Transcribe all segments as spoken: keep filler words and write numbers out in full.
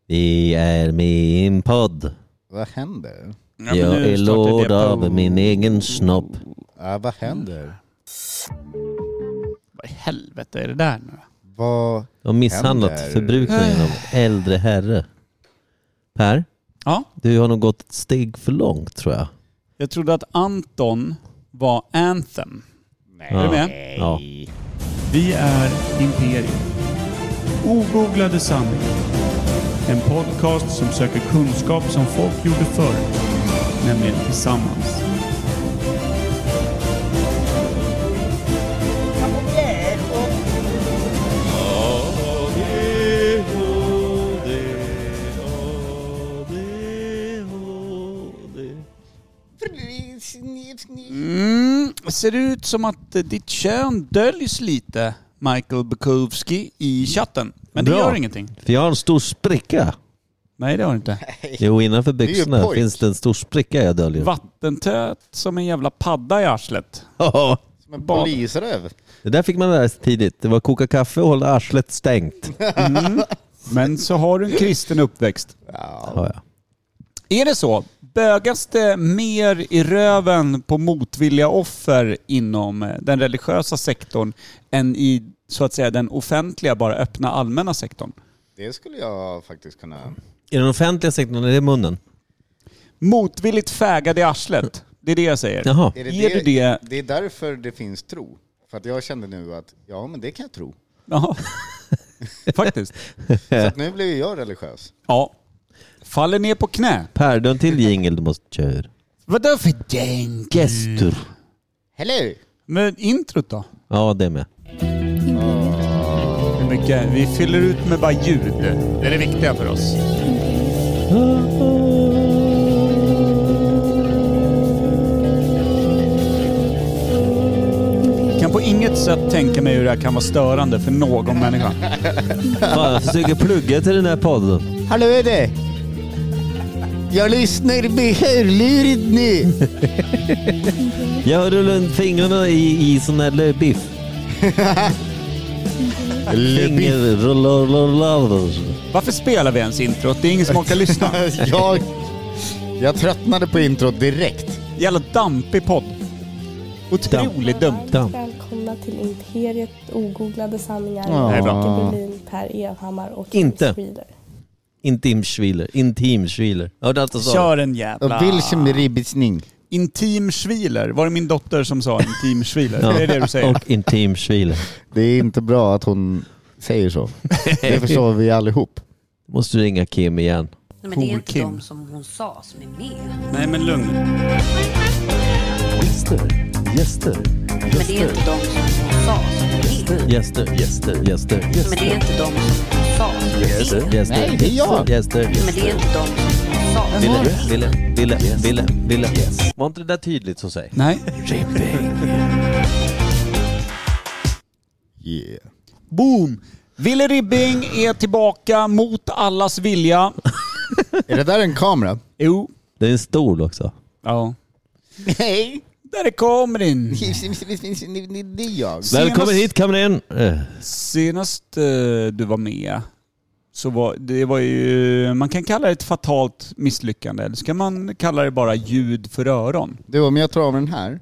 Vi är med i en podd. Vad händer? Ja, jag är låd av min egen snopp. Ja, vad händer? Vad i helvete är det där nu? Vad Och misshandlat händer? förbrukningen av äldre herre. Per? Ja? Du har nog gått ett steg för långt, tror jag. Jag trodde att Anton var Anthem. Nej. Är du med? Ja. Vi är Imperium. Ogooglade sanningar. En podcast som söker kunskap som folk gjorde förr. Nämligen tillsammans. Mm, ser ut som att eh, ditt kön döljs lite, Michael Bukowski, i chatten. Men det Bra. gör ingenting. För jag har en stor spricka. Nej, det har det inte. Jo, innanför Det är ju byxorna pojk. finns det en stor spricka jag döljer. Vattentöt som en jävla padda i arslet. Ja. Som en polisröv. Det där fick man lära sig tidigt. Det var koka kaffe och hålla arslet stängt. Mm. Men så har du en kristen uppväxt. Ja. Ja, ja. Är det så? Bögas det mer i röven på motvilliga offer inom den religiösa sektorn än i, så att säga, den offentliga, bara öppna allmänna sektorn? Det skulle jag faktiskt kunna... I den offentliga sektorn är det munnen. Motvilligt fägade i arslet. Det är det jag säger. Jaha. Är det, Ger det, du det? det är därför det finns tro. För att jag kände nu att, ja men det kan jag tro. Ja, faktiskt. Så att nu blir jag religiös. Ja. Faller ner på knä. Per, du har en till jingel du måste köra. Vadå för gäng? Gestur. Hello! Men introt då? Ja, det med. Hur mycket? Vi fyller ut med bara ljud. Det är det viktiga för oss. Kan på inget sätt tänka mig hur det här kan vara störande för någon människa. Fan, jag försöker plugga till den här podden. Hallå är det? Jag lyssnar med hörluret nu. Jag rullar fingrarna i, i sån här biff. Finger, rullar, rullar. Varför spelar vi ens introt? Det är ingen som orkar lyssna. jag, jag tröttnade på introt direkt. Jävla dampig podd. Otroligt dumt. Damp. Välkomna till Imperiet ogooglade sanningar. Ja. Det är bra. Micke Berlin, Per Evhammar och Inte. Kim Schwiler. Intim-schwiler. Intim-schwiler. Ja, det är alltså så. Kör en jävla... Och vilken ribbitsning. Intim schwiler. Var det min dotter som sa intim schwiler? Det är det du säger. Och intim-schwiler. Det är inte bra att hon säger så. Det förstår vi allihop. Måste du ringa Kim igen. Nej, men det är inte Kim. de som hon sa som är med. Nej, men lugn. Gäster, gäster, Men det är inte de som hon sa som är med. gäster, gäster, gäster, Men det är inte de som hon sa som är gäster, med. gäster, Nej, det är jag. gäster, Men det är inte de som hon sa som Ville, är med. ville, ville, ville, ville. Var inte det där tydligt så säg? Nej. Yeah. Boom! Ville Ribbing är tillbaka mot allas vilja. Är det där en kamera? Jo. Det är en stol också. Ja. Nej. Där det kommer in. Det är jag. Välkommen hit kameran. Eh, Senast eh, du var med så var det var ju, man kan kalla det ett fatalt misslyckande, eller så kan man kalla det bara ljud för öron. Du, om jag tar av den här.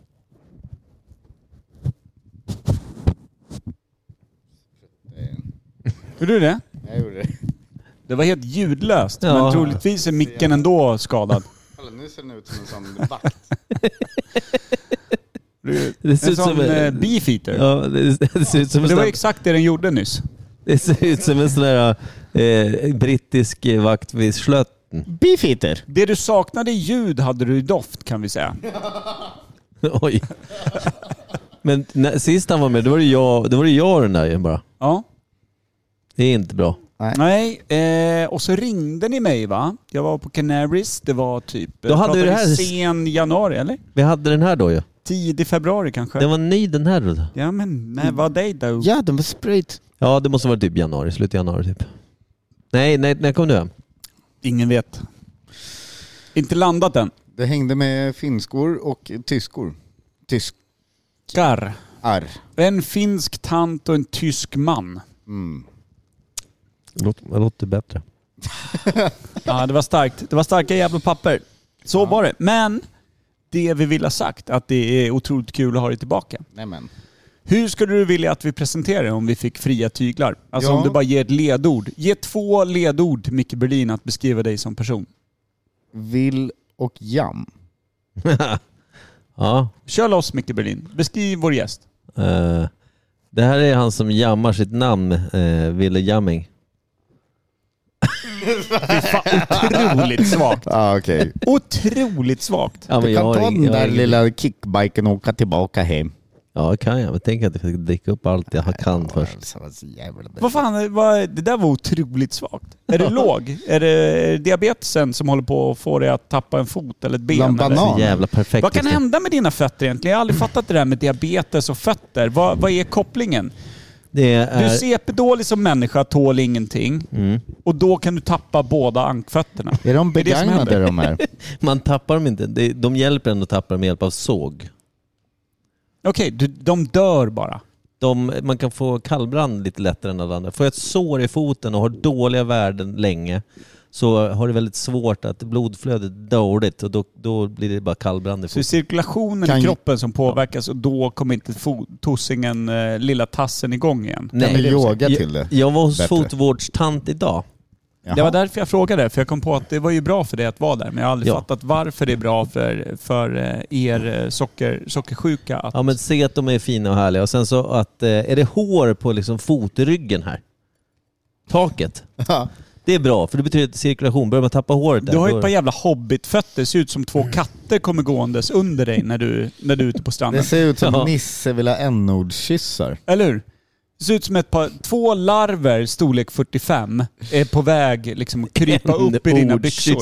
Hur är det? Jag gjorde det. Det var helt ljudlöst, Ja. men troligtvis är micken ändå skadad. Kolla, nu ser den ut som en sån vakt. Det ser En ut sån som eh, en... beefeater. Ja, det, det ser ut som en Det var sån, exakt det den gjorde nyss. det ser ut som en sån där eh, brittisk vakt vid Slötten. Beefeater. Det du saknade i ljud hade du i doft, kan vi säga. Oj. Men när, sist han var med, då var det jag, då var det jag den där bara. Ja. Det är inte bra. Nej, eh, och så ringde ni mig, va? Jag var på Canaries, det var typ... Då hade pratade du det här- sen januari, eller? Vi hade den här då ju. Tidig februari kanske. Den var ny den här då. Ja, men nej, vad dig då? Ja, den var sprayt. Ja, det måste vara typ januari, slut januari typ. Nej, nej, när kom du hem? Ingen vet. Inte landat än. Det hängde med finskor och tyskor. Kar. Tyskar. En finsk tant och en tysk man. Mm. Det låter, det låter bättre. Ja, det var starkt. Det var starka jävla papper. Så ja. var det. Men det vi vill ha sagt, att det är otroligt kul att ha dig tillbaka. Nämen. Hur skulle du vilja att vi presenterar om vi fick fria tyglar? Alltså ja. om du bara ger ett ledord. Ge två ledord till Micke Berlin att beskriva dig som person. Vill och jam. Ja. Kör loss Micke Berlin. Beskriv vår gäst. Uh, det här är han som jammar sitt namn, uh, Ville Jamming. Det är fan otroligt svagt. Ah, okay. Otroligt svagt. Ja, du kan ta den där jag... lilla kickbiken och åka tillbaka hem. Ja, kan jag. Men tänk att jag fick dricka upp allt jag kan ja, först. Vad fan, vad, det där var otroligt svagt. Är det låg? Är det diabetesen som håller på att få dig att tappa en fot eller ett ben? Eller? Jävla perfekt. Vad kan hända med dina fötter egentligen? Jag har aldrig fattat det där med diabetes och fötter. Vad, vad är kopplingen? Det är... Du är C P-dålig som människa, tål ingenting. Mm. Och då kan du tappa båda ankfötterna. Är de begagnade är de här? Man tappar dem inte. De hjälper en att tappa dem med hjälp av såg. Okej, okay, de dör bara. De, man kan få kallbrand lite lättare än alla andra. Får jag ett sår i foten och har dåliga värden länge så har det väldigt svårt att blodflödet är dåligt och då, då blir det bara kallbrand i foten. Så cirkulationen kan i kroppen ju... som påverkas och då kommer inte fo- tossingen, eh, lilla tassen igång igen. Nej, kan vi yoga till det? Jag, jag var hos fotvårdstant idag. Jaha. Det var därför jag frågade, för jag kom på att det var ju bra för dig att vara där, men jag har aldrig ja. fattat varför det är bra för, för er socker, sockersjuka. Att... Ja, men se att de är fina och härliga. Och sen så att, är det hår på liksom fotryggen här? Taket. Det är bra, för det betyder cirkulation. Börjar man tappa håret där. Du har ju ett par jävla hobbitfötter. Det ser ut som två katter kommer gåendes under dig när du, när du är ute på stranden. Det ser ut som ja. Nisse vill ha en-ordskyssar. Eller hur? Det ser ut som ett par, två larver, storlek fyrtiofem, är på väg liksom att krypa upp i dina byxor.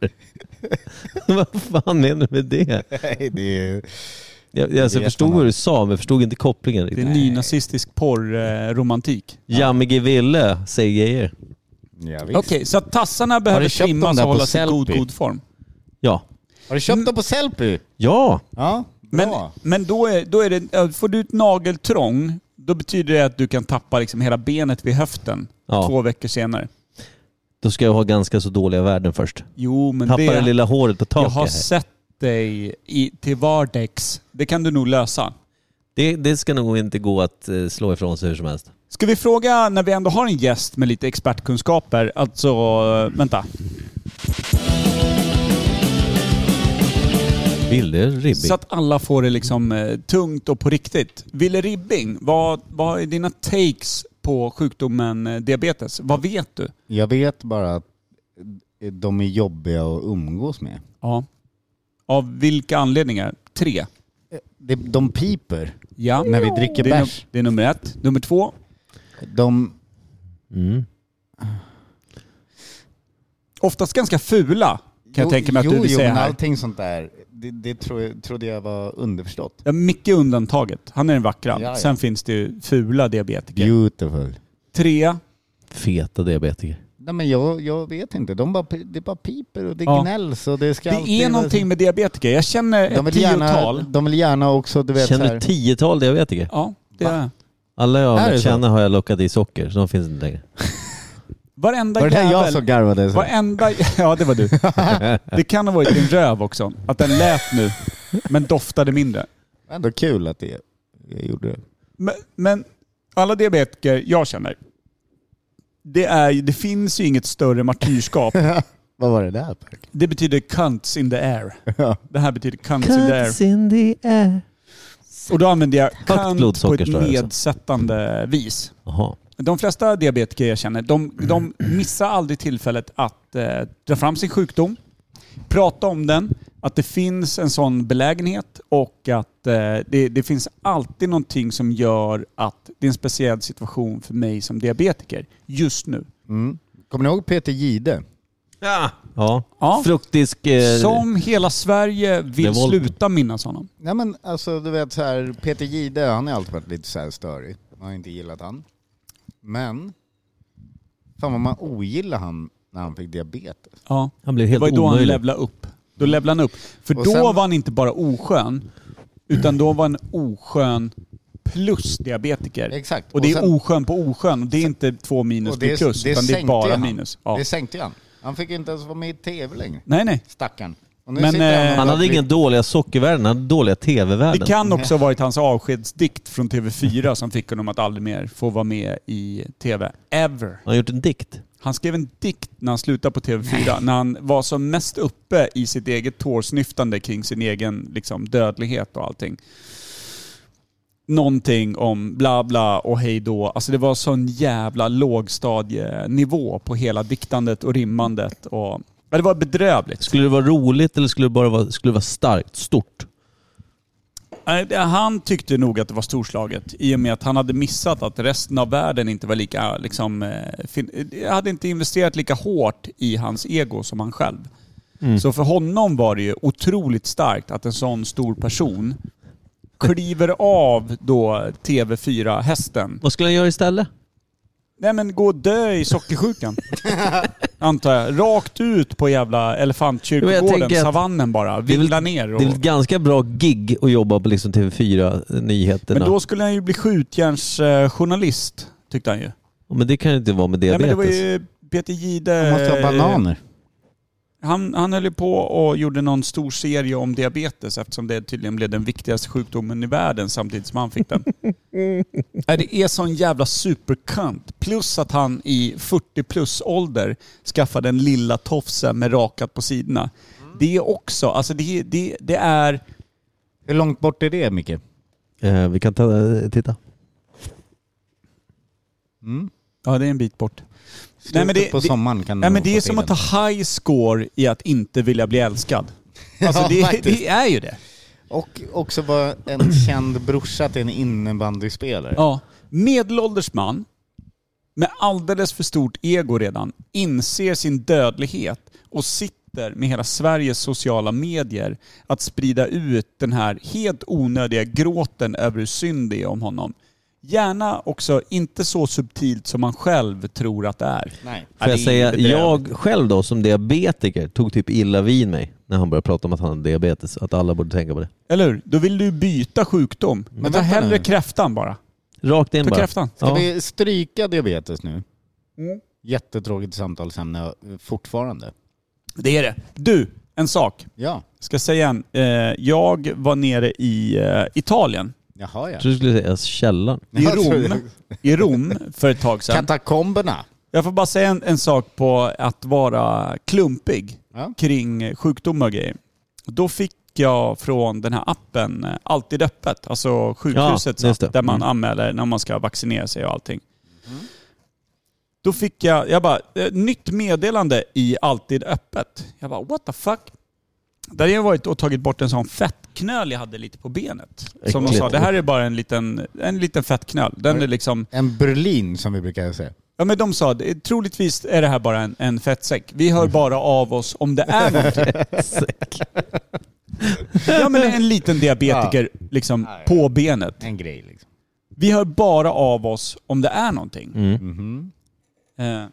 Vad fan menar du med det? Nej, det är... Jag, jag, alltså, jag förstod vad du sa, men jag förstod inte kopplingen. Det är nynazistisk porr-romantik. Ja. Jammige Ville säger grejer. Ja, okej, okay, så att tassarna behöver trimmas och hållas i god, god form. Ja. Har du köpt dem på Sellpy? Ja. Ja. Men, men då, är, då är det, får du ett nageltrång, då betyder det att du kan tappa liksom hela benet vid höften ja. två veckor senare. Då ska jag ha ganska så dåliga värden först. Jo, men tappa det, det lilla håret på taket. Jag har sett dig i, till vardags. Det kan du nog lösa. Det, det ska nog inte gå att slå ifrån sig hur som helst. Ska vi fråga, när vi ändå har en gäst med lite expertkunskaper, alltså, vänta. Ville Ribbing. Så att alla får det liksom eh, tungt och på riktigt. Ville Ribbing, vad, vad är dina takes på sjukdomen eh, diabetes? Vad vet du? Jag vet bara att de är jobbiga att umgås med. Ja. Av vilka anledningar? Tre. De, de piper ja. när vi dricker det är bärs. No, det är nummer ett. Nummer två. De... Mm. Oftast ganska fula. Kan jo, jag tänka mig att jo, du vill jo, säga här. Allting sånt där, det, det tro, trodde jag var underförstått. Ja, mycket undantaget. Han är den vackra. Ja, ja. Sen finns det ju fula diabetiker. Beautiful. Tre. Feta diabetiker. Nej, men jag, jag vet inte. De bara, det bara piper och det ja. gnälls. Och det ska det är någonting med diabetiker. Jag känner de ett tiotal. Gärna, de vill gärna också, du vet. Känner så du tiotal diabetiker? Ja, det är. Alla jag känner har jag lockat i socker, så de finns inte längre. Varenda var det jävel, jag som garvade? Så? Varenda, ja, det var du. Det kan ha varit din röv också. Att den lät nu, men doftade mindre. Ändå kul att det, jag gjorde det. Men, men alla diabetiker jag känner, det, är, det finns ju inget större martyrskap. Vad var det där? Det betyder cunts in the air. Det här betyder cunts, cunts in the air. In the air. Och då använder jag cunt på ett nedsättande nedsättande vis. Aha. De flesta diabetiker jag känner, de, de missar aldrig tillfället att eh, dra fram sin sjukdom, prata om den, att det finns en sån belägenhet och att eh, det, det finns alltid någonting som gör att det är en speciell situation för mig som diabetiker just nu. Mm. Kommer ni ihåg Peter Gide? Ja. Ja. ja. Fruktisk... Eh, som hela Sverige vill revolt. Sluta minnas honom. Nej, men alltså du vet så här, Peter Gide, han har alltid varit lite så här störig. Man har inte gillat han. Men fan vad man ogillar han när han fick diabetes. Ja, han blev helt det var ju då omöjlig. han levlade upp. Då levlade han upp. För och då sen... var han inte bara oskön, utan då var han oskön plus diabetiker. Exakt. Och det och är sen, oskön på oskön. Och det är inte två minus blir plus, utan det är bara minus. Ja. Det sänkte han. Han fick inte ens vara med i tv längre. Nej, nej. Stackarn. Men, eh, han hade inga dåliga sockervärden, han hade dåliga tv-värden. Det kan också ha varit hans avskedsdikt från T V fyra som fick honom att aldrig mer få vara med i tv. Ever. Han har gjort en dikt. Han skrev en dikt när han slutade på T V fyra. Nej. När han var som mest uppe i sitt eget tårsnyftande kring sin egen liksom, dödlighet och allting. Någonting om bla bla och hej då. Alltså det var sån jävla lågstadienivå på hela diktandet och rimmandet. Och, ja, det var bedrövligt. Skulle det vara roligt eller skulle det bara vara, skulle det vara starkt, stort? Han tyckte nog att det var storslaget i och med att han hade missat att resten av världen inte var lika liksom, fin- hade inte investerat lika hårt i hans ego som han själv. Mm. Så för honom var det ju otroligt starkt att en sån stor person kliver av då T V fyra-hästen. Vad skulle han göra istället? Nej men gå och dö i sockersjukan. Antar jag. Rakt ut på jävla elefantkyrkogården, savannen bara. Villa ner. Och... Det är ett ganska bra gig att jobba på liksom T V fyra-nyheterna. Men då skulle han ju bli skjutjärnsjournalist, tyckte han ju. Men det kan ju inte vara med diabetes. Nej, men det var ju Peter Jihde... Han måste ha bananer. Han, han höll ju på och gjorde någon stor serie om diabetes eftersom det tydligen blev den viktigaste sjukdomen i världen samtidigt som han fick den. Det är sån jävla superkant. Plus att han i fyrtio plus ålder skaffade en lilla tofse med rakat på sidorna. Det är också, alltså det, det, det är... Hur långt bort är det, Micke? Eh, vi kan ta, titta. Mm. Ja, det är en bit bort. Nej, men det, på sommaren kan nej, men det är som att ta high score i att inte vilja bli älskad. Alltså ja, det, det är ju det. Och också vara en känd brorsa till en innebandyspelare. Ja, medelålders man med alldeles för stort ego redan inser sin dödlighet och sitter med hela Sveriges sociala medier att sprida ut den här helt onödiga gråten över hur synd det är om honom. Gärna också inte så subtilt som man själv tror att det är. Nej. Får jag säga, jag själv då som diabetiker tog typ illa vid mig när han började prata om att han hade diabetes. Att alla borde tänka på det. Eller hur? Då vill du byta sjukdom. Men, Men ta hellre nu. kräftan bara. Rakt in ta bara. Kräftan. Ska ja. vi stryka diabetes nu? Mm. Jättetråkigt samtalsämne fortfarande. Det är det. Du, en sak. Ja. Ska säga en. Eh, jag var nere i eh, Italien. Jaha, ja. Jag tror du skulle säga källaren. I Rom, I Rom för ett tag sedan. Katakomberna. Jag får bara säga en, en sak på att vara klumpig ja. kring sjukdomar och grejer. Då fick jag från den här appen Alltid öppet, alltså sjukhuset ja, där mm. man anmäler när man ska vaccinera sig och allting. Mm. Då fick jag, jag bara, nytt meddelande i Alltid öppet. Jag bara, what the fuck? Där har jag varit och tagit bort en sån fettknöl jag hade lite på benet. Som de sa, det här är bara en liten, en liten fettknöl. Den är liksom... En Berlin som vi brukar säga. Ja, men de sa, troligtvis är det här bara en, en fettsäck. Vi hör bara av oss om det är någonting. Ja, men en liten diabetiker ja. liksom ja, ja. på benet. En grej liksom. Vi hör bara av oss om det är någonting. Mm. Mm-hmm. Eh,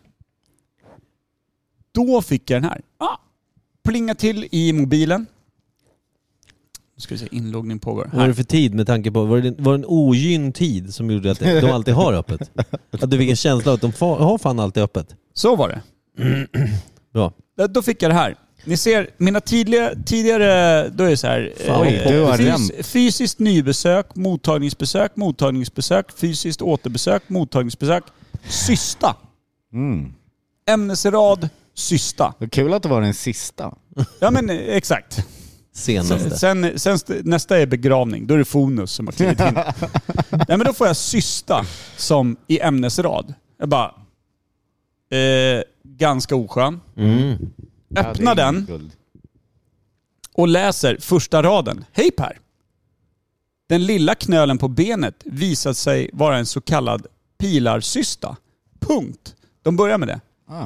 då fick jag den här. Ah. Plinga till i mobilen. Nu ska vi se, inloggning pågår. Vad var det för tid med tanke på, var det, var det en ogynn tid som gjorde att de alltid har öppet? Att du fick en känsla av att de har fan alltid öppet? Så var det. Bra. Då fick jag det här. Ni ser, mina tidigare, tidigare då är det så här. Fan, eh, fys, fysiskt nybesök, mottagningsbesök, mottagningsbesök, fysiskt återbesök, mottagningsbesök, systa. Mm. Ämnesrad, systa. Det är kul att det var den sista. Ja, men exakt. Senaste. Sen, sen, nästa är begravning. Då är det fonus som har klivit in. Nej, men då får jag systa som i ämnesrad. Jag bara... Eh, ganska oskön. Mm. Öppna ja, den och läser första raden. Hej Per! Den lilla knölen på benet visar sig vara en så kallad pilarsysta. Punkt. De börjar med det. Ah.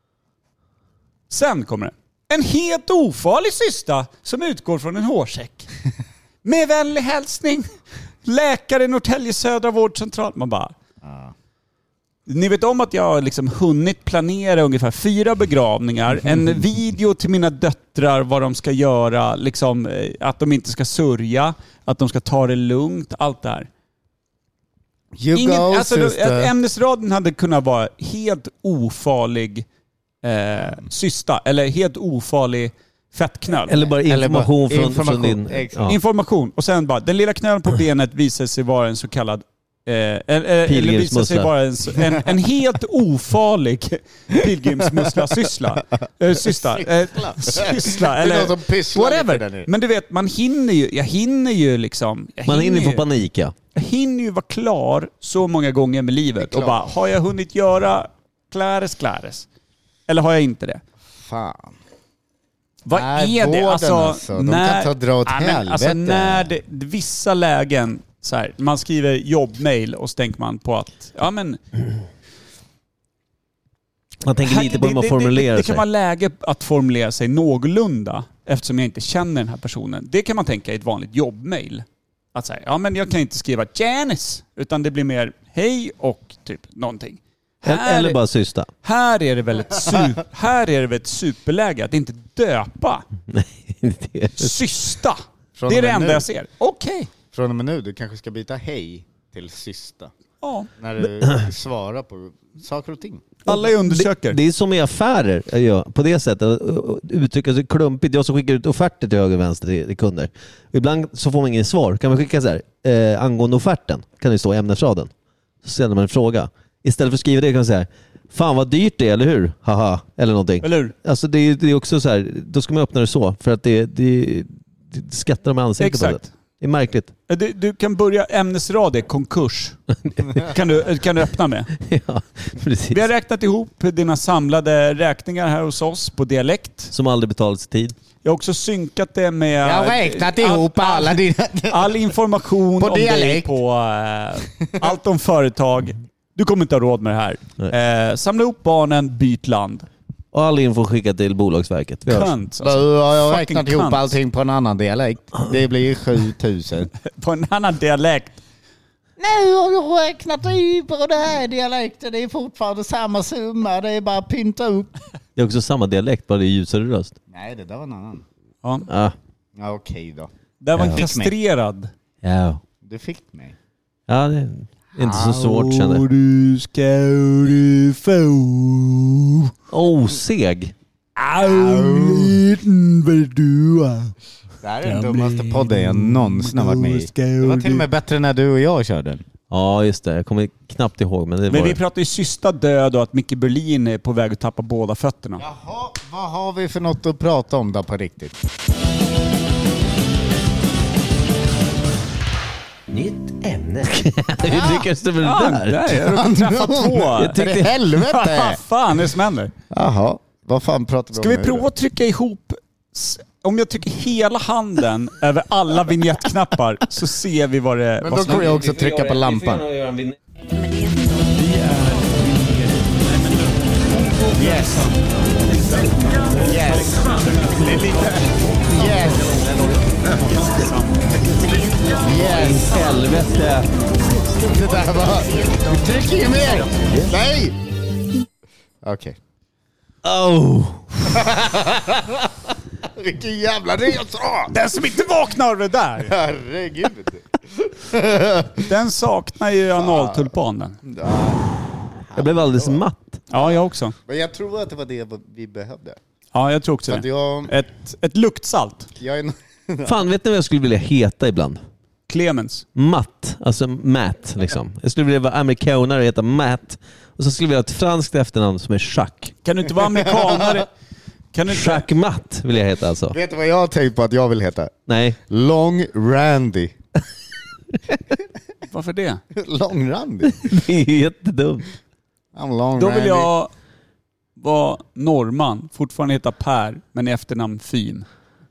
Sen kommer det. En helt ofarlig cysta som utgår från en hårsäck. Med vänlig hälsning. Läkare Norrtälje Södra Vårdcentral. Man bara... Ah. Ni vet om att jag har liksom hunnit planera ungefär fyra begravningar. En video till mina döttrar vad de ska göra. Liksom, att de inte ska sörja. Att de ska ta det lugnt. Allt det här. You Ingen, go, alltså, då, sister. ämnesraden hade kunnat vara helt ofarlig eh, cysta eller helt ofarlig fettknöl. Eller bara information, Eller bara från, från information, din... exakt. Ja. Information. Och sen bara, den lilla knölen på benet visar sig vara en så kallad Eh, eller visar sig vara en, en, en helt ofarlig pilgrimsmussla-syssla. Eh, syssla. Eh, syssla. Eller whatever. Men du vet, man hinner ju, jag hinner ju liksom... Jag Man hinner hinner få panik, ja. Jag hinner ju vara klar så många gånger med livet. Och bara, har jag hunnit göra kläres, kläres? Eller har jag inte det? Fan. Vad Nej, är det? Alltså, alltså, de när, kan ta dra åt ja, men, helvete. alltså när det, vissa lägen, så här, man skriver jobbmail och så tänker man på att, ja men... Man tänker här, lite på hur man det, formulerar det, det, det sig. kan vara läge att formulera sig någorlunda eftersom jag inte känner den här personen. Det kan man tänka i ett vanligt jobbmail. Att säga, ja men jag kan inte skriva Janice, utan det blir mer hej och typ någonting. Här, Eller bara systa. Här är det väl ett, su- här är det väl ett superläge att inte döpa. Nej, det är... Systa. Från Det är och det med enda nu. jag ser. Okej. Okay. Från och med nu, du kanske ska byta hej till systa. Ja. När du svarar på saker och ting. Alla jag undersöker. Det, det är som i affärer, ja, på det sättet. Uttrycka sig klumpigt. Jag som skickar ut offerter till höger och vänster till, till kunder. Ibland så får man ingen svar. Kan man skicka så här, eh, angående offerten, kan det stå i ämnesraden. Så ställer man en fråga. Istället för att skriva det kan man säga, fan vad dyrt det är, eller hur? Haha, eller någonting. Eller hur? Alltså det är, det är också så här, då ska man öppna det så. För att det, det, det skattar med ansiktet på det. Exakt. Det är märkligt. Du, du kan börja ämnesrad är konkurs. kan, du, kan du öppna med. Ja, precis. Vi har räknat ihop dina samlade räkningar här hos oss på dialekt. Som aldrig betalats i tid. Jag har också synkat det med... Jag har räknat ihop all, alla dina... all information På om dig dialekt. på äh, allt om företag. Du kommer inte ha råd med det här. Eh, samla ihop barnen, byt land. Och all info skickat till Bolagsverket. Vi hörs. Kunt. Alltså. Jag har Fucking räknat ihop cunt. allting på en annan dialekt. Det blir sju tusen. På en annan dialekt. Nu har jag räknat i på det här dialekten. Det är fortfarande samma summa. Det är bara att pynta upp. Det är också samma dialekt, bara det är ljusare röst. Nej, det där var en annan. Ja. Ah. Ja, okej då. Där var en Ja. kastrerad. Ja. Du fick mig. Ja, det är inte så svårt känner jag. du ska du få. Oh, seg. Det här är den dummaste podden jag någonsin har varit med i. Det var till och med bättre när du och jag körde den. Ja, just det. Jag kommer knappt ihåg, men det Men var... vi pratar ju sista död och att Micke Berlin är på väg att tappa båda fötterna. Jaha, vad har vi för något att prata om då på riktigt? Nytt ämne. Hur lyckades du med det Ja, där? där, jag råkade träffa två. Jag tyckte... helvete! Vad fan är det som händer? Jaha, vad fan pratar vi Ska om vi nu prova då? att trycka ihop... Om jag trycker hela handen över alla vignettknappar så ser vi vad det... Men vad då som kommer jag också trycka på lampan. Vi är Yes. Yes. Det är lite... Yes. Yes. Helvete. Det där var... Tryck inget mer! Nej! Okej. Oh. Vilken jävla resa! Den som inte vaknar av det där, Herregud. den saknar ju analtulpanen. Jag blev alldeles matt. Ja, jag också. Men jag tror att det var det vi behövde. Ja, jag tror också Så att det. jag... Ett, ett luktsalt. Jag är... Fan, vet ni vad jag skulle vilja heta ibland? Clemens. Matt, alltså Matt liksom. Jag skulle vilja vara amerikanare och heta Matt. Och så skulle jag vilja ha ett franskt efternamn som är Jacques. Kan du inte vara amerikanare? Kan du inte... Jacques Matt vill jag heta alltså. Vet du vad jag har tänkt på att jag vill heta? Nej. Long Randy. Varför det? Long Randy. Det är jättedumt. I'm long Då Randy. vill jag vara norrman, fortfarande heta Per, men i efternamn Fyn.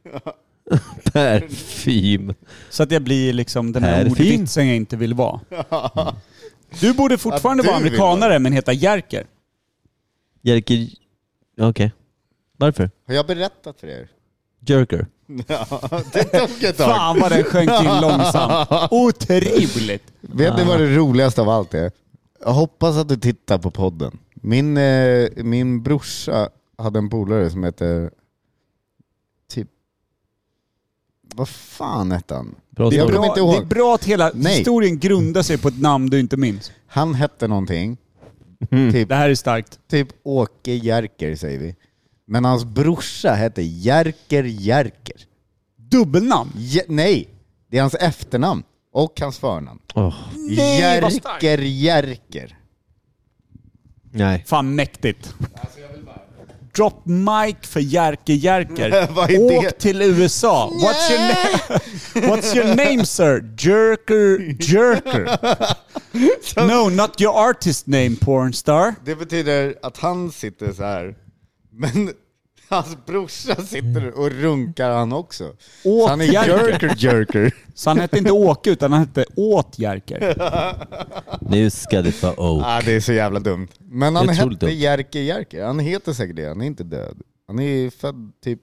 Parfym. Så att jag blir liksom den här Perfin. ordvitsen jag inte vill vara. Du borde fortfarande Att du vara vill amerikanare vara. men heta Jerker. Jerker... Okej. Okay. Varför? Har jag berättat för er? Jerker. Ja, det tog ett tag. Fan vad den sjönk in långsamt. Otroligt. Vet ni vad det roligaste av allt är? Jag hoppas att du tittar på podden. Min, eh, min brorsa hade en polare som heter... Typ... Vad fan hette han? Bra Det är, Jag kommer bra, inte ihåg. det är bra att hela Nej. historien grundar sig på ett namn du inte minns. Han hette någonting. Mm. Typ, Det här är starkt. typ Åke Jerker säger vi. Men hans brorsa hette Jerker Jerker. Dubbelnamn. Je- nej, det är hans efternamn. Och hans förnamn. Oh, Nej, vad starkt. Jerker Jerker. nej. Fan mäktigt. Drop mic för Jerker Jerker. Vad är Åk det? till U S A. What's your, na- What's your name sir? Jerker Jerker. No, not your artist name pornstar. Det betyder att han sitter så här. Men hans brorsa sitter och runkar han också. Åt Så han är Jerker. Jerker Jerker. Så han hette inte Åke utan han hette Åt Jerker. Nu ska det vara oh. Ah, det är så jävla dumt. Men han Det är hette otroligt dumt. Jerker Jerker. Han heter säkert det. Han är inte död. Han är född typ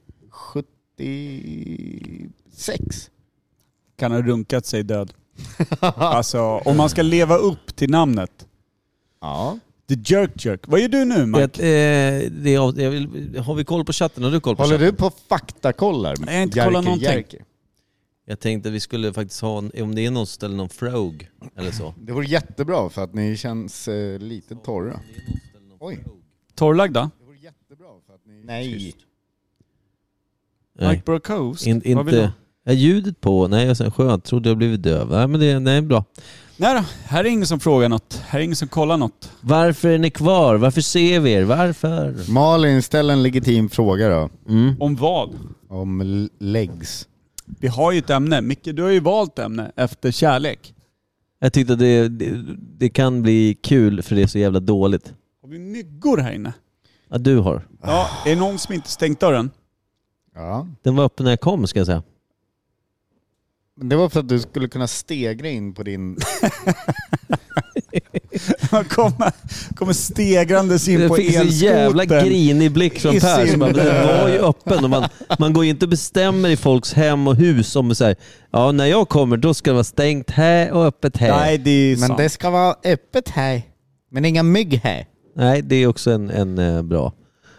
sjuttiosex. Kan ha runkat sig död. Alltså, om man ska leva upp till namnet. Ja. The Jerk Jerk. Vad gör du nu, Mike? Det, eh, det, är- jag vill, har vi koll på chatten? Har du koll på Håller chatten? du på faktakollar? Jag har inte kollat någonting. Jerker. Jag tänkte att vi skulle faktiskt ha, en, om det är någon ställer någon frog eller så. Det vore jättebra för att ni känns eh, lite torra. Oj. Torrlagda? Det vore jättebra för att ni... Nej. Nej. Mike Brokos? In, Vad vill du inte... ha? Är ljudet på? Nej, jag sa skönt. Trodde jag blivit döv. Nej, men det nej, bra. Nej då, här är ingen som frågar något. Här är ingen som kollar något. Varför är ni kvar? Varför ser vi er? Varför? Malin, ställ en legitim fråga då. Mm. Om vad? Om l- legs. Vi har ju ett ämne. Micke, du har ju valt ämne efter kärlek. Jag tyckte att det, det, det kan bli kul för det är så jävla dåligt. Har vi myggor här inne? Ja, du har. Ja, är det någon som inte stängt dörren? Ja. Den var öppen när jag kom, ska jag säga. Men det var för att du skulle kunna stegra in på din... Man kommer, kommer stegrandes in Jag på fick så jävla elskoten. grinig blick från I Per. sin- Så bara, men den var ju öppen. Och man, man går ju inte och bestämmer i folks hem och hus om så här, ja, när jag kommer då ska det vara stängt här och öppet här. Nej, det är Men sant. det ska vara öppet här. Men inga mygg här. Nej, det är också en, en eh, bra.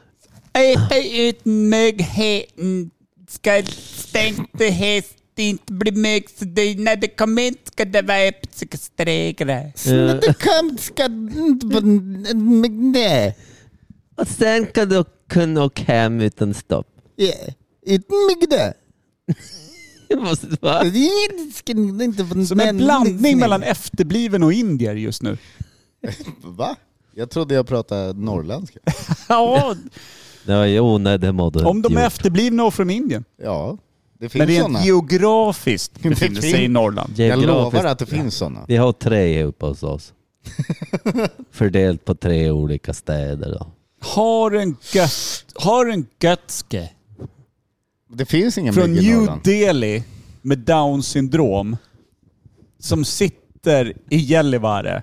Utan myggheten ska stängt häst inte bli mygg, så det, när det kommer in ska det vara öppet så ska stegra. När det kom ska inte vara mygg där. Och sen kan du kunna åka hem utan stopp. Ja, utan mygg där. Jag måste bara... Det ska inte vara Som en blandning mellan efterbliven och indier just nu. Va? Jag trodde jag pratade norrländska. Ja, Ja, jo, nej, det mådde om de är gjort. efterblivna och från Indien. Ja, det Men finns rent sådana. geografiskt Det befinner sig finns- i Norrland. Jag Geografiskt- lovar att det finns sådana. Vi har tre uppe hos oss. Fördelat på tre olika städer då. Har en gött, har en götske Det finns ingen från mygg i New Norrland. Delhi med Down syndrom som sitter i Gällivare,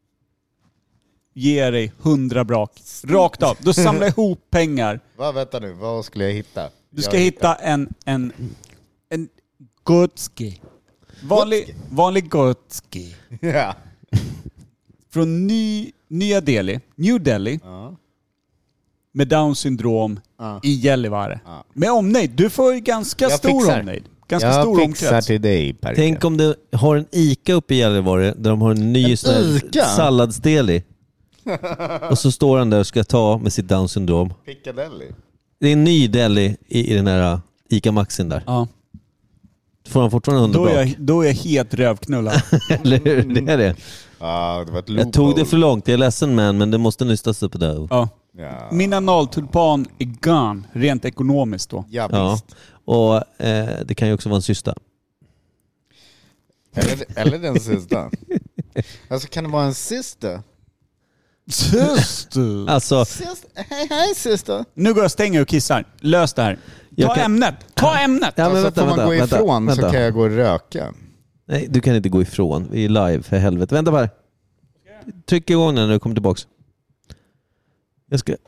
ger dig hundra brak. Rakt av. Du samlar ihop pengar. Va, vänta nu, vad skulle jag hitta? Du ska Jag hitta en, en, en gotski. Vanlig, vanlig gotski. Ja. Från ny, Nya Delhi, New Delhi, Ja. med Down syndrom Ja. i Gällivare. Ja. Med omnejd. Du får ju ganska Jag stor fixar. omnejd. Ganska Jag stor fixar omkrets. till dig, Per. Tänk om du har en Ica uppe i Gällivare där de har en ny En sån här Ica? salladsdel i. Och så står han där och ska ta med sitt Down syndrom. Piccadilly. Det är en ny deli i, i den här uh, Ica Maxin där. Ja. Får han fortfarande Då är, underbrak? jag, då är jag helt rövknullad. Eller hur? Det är det. Ja, det var ett Jag tog det för långt. Jag är ledsen man, men det måste nystas upp där. Ja. Ja, Min analtulpan är gone, rent ekonomiskt då. ja Ja. visst. Och eh, det kan ju också vara en cysta. Eller, eller den sista. Alltså kan det vara en syster? Syster! Alltså, Syster. Hej, hej syster. Nu går jag och stänger och kissar. Lös det här. Jag Ta kan- ämnet! Ta ämnet! ja, men Alltså vänta, får man vänta, gå vänta, ifrån vänta. så kan jag gå och röka. Nej, du kan inte gå ifrån. Vi är live, för helvete. Vänta bara. Tryck igång den när du kommer tillbaks. Jag ska...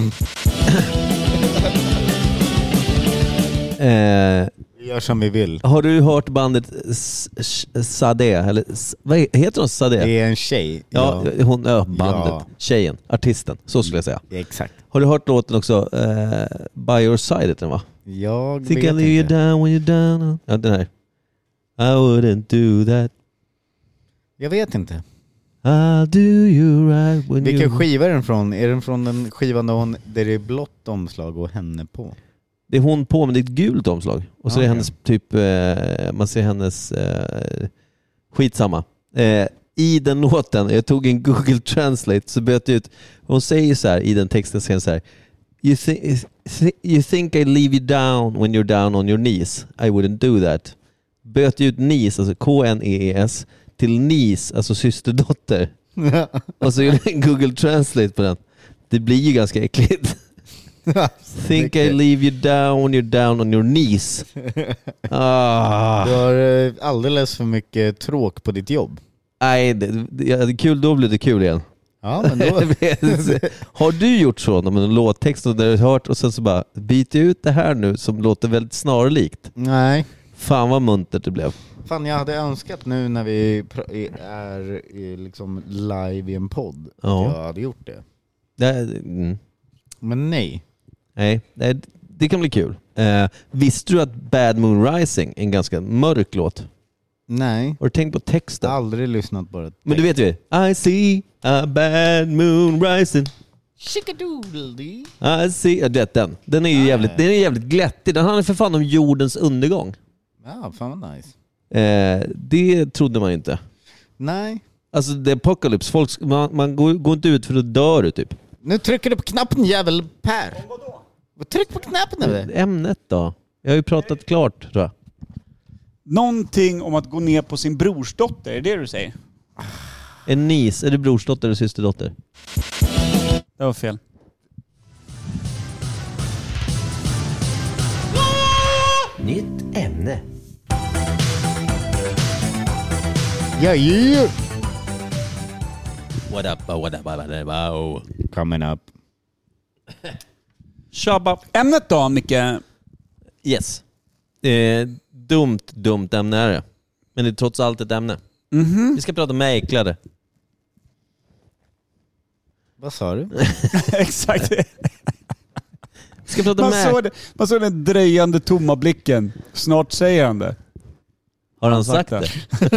eh, Vi gör som vi vill. har du hört bandet S- S- Sade? Eller S- vad heter de? Sade? Det är en tjej. Ja, hon, ja, bandet. Ja. Tjejen. Artisten. Så skulle jag säga. Ja, exakt. Har du hört låten också? Eh, By Your Side heter den, va? Jag Think I vet leave you inte. down when you're down. Ja, den här. I wouldn't do that. Jag vet inte. I'll do you right when Vilken you... skiva är den från? Är den från den skivan där, hon, där det är blått omslag och henne på? Det är hon på, men det är ett gult omslag. Och så Ja, är det okej. hennes typ... Eh, man ser hennes... Eh, skitsamma. Eh, I den låten, jag tog en Google Translate, så böt ut... Hon säger så här, i den texten säger så här... You, th- you think I leave you down when you're down on your knees. I wouldn't do that. Böt ut knees, alltså K N E E S, till niece, alltså systerdotter. Och så gjorde jag en Google Translate på den. Det blir ju ganska äckligt. Think I leave you down when you're down on your knees. Ah. Du har eh, alldeles för mycket tråk på ditt jobb. Nej, det, det, det är kul, då blir det kul igen. Ja, men då... Har du gjort så med en låttext och där du har hört och sen så bara byter ut det här nu som låter väldigt snarlikt? Nej. Fan vad muntert det blev. Fan, jag hade önskat nu när vi pr- är i liksom live i en podd Ja. att jag hade gjort det. Det, mm. Men nej. Nej, det, det kan bli kul. Eh, visste du att Bad Moon Rising är en ganska mörk låt? Nej. Har du tänkt på Jag texten? har aldrig lyssnat på det. Men du vet ju, I see a bad moon rising. I see, ja, det, den. Den är ju jävligt, den är jävligt glättig. Den handlar för fan om jordens undergång. Ja, fan vad nice. Eh, det trodde man inte. Nej. Alltså det är apocalypse, folk, man, man går, går inte ut för att dör du typ. Nu trycker du på knappen, jävel Per. Tryck på knappen nu. Ämnet då? Jag har ju pratat klart, tror jag. Någonting om att gå ner på sin brorsdotter, är det du säger? En niece, är det brorsdotter eller systerdotter? Det var fel. Nytt ämne. Ja, yeah. What up, what up, what up, wow. Coming up. Shabba. Ämnet då, Micke? Yes. Eh, dumt, dumt ämne är det. Men det är trots allt ett ämne. Mhm. Vi ska prata mäklare. Vad sa du? Exakt. Vi ska prata Man mäklare. såg, det, man såg den dröjande tomma blicken. Snart säger han det. Har han sagt det?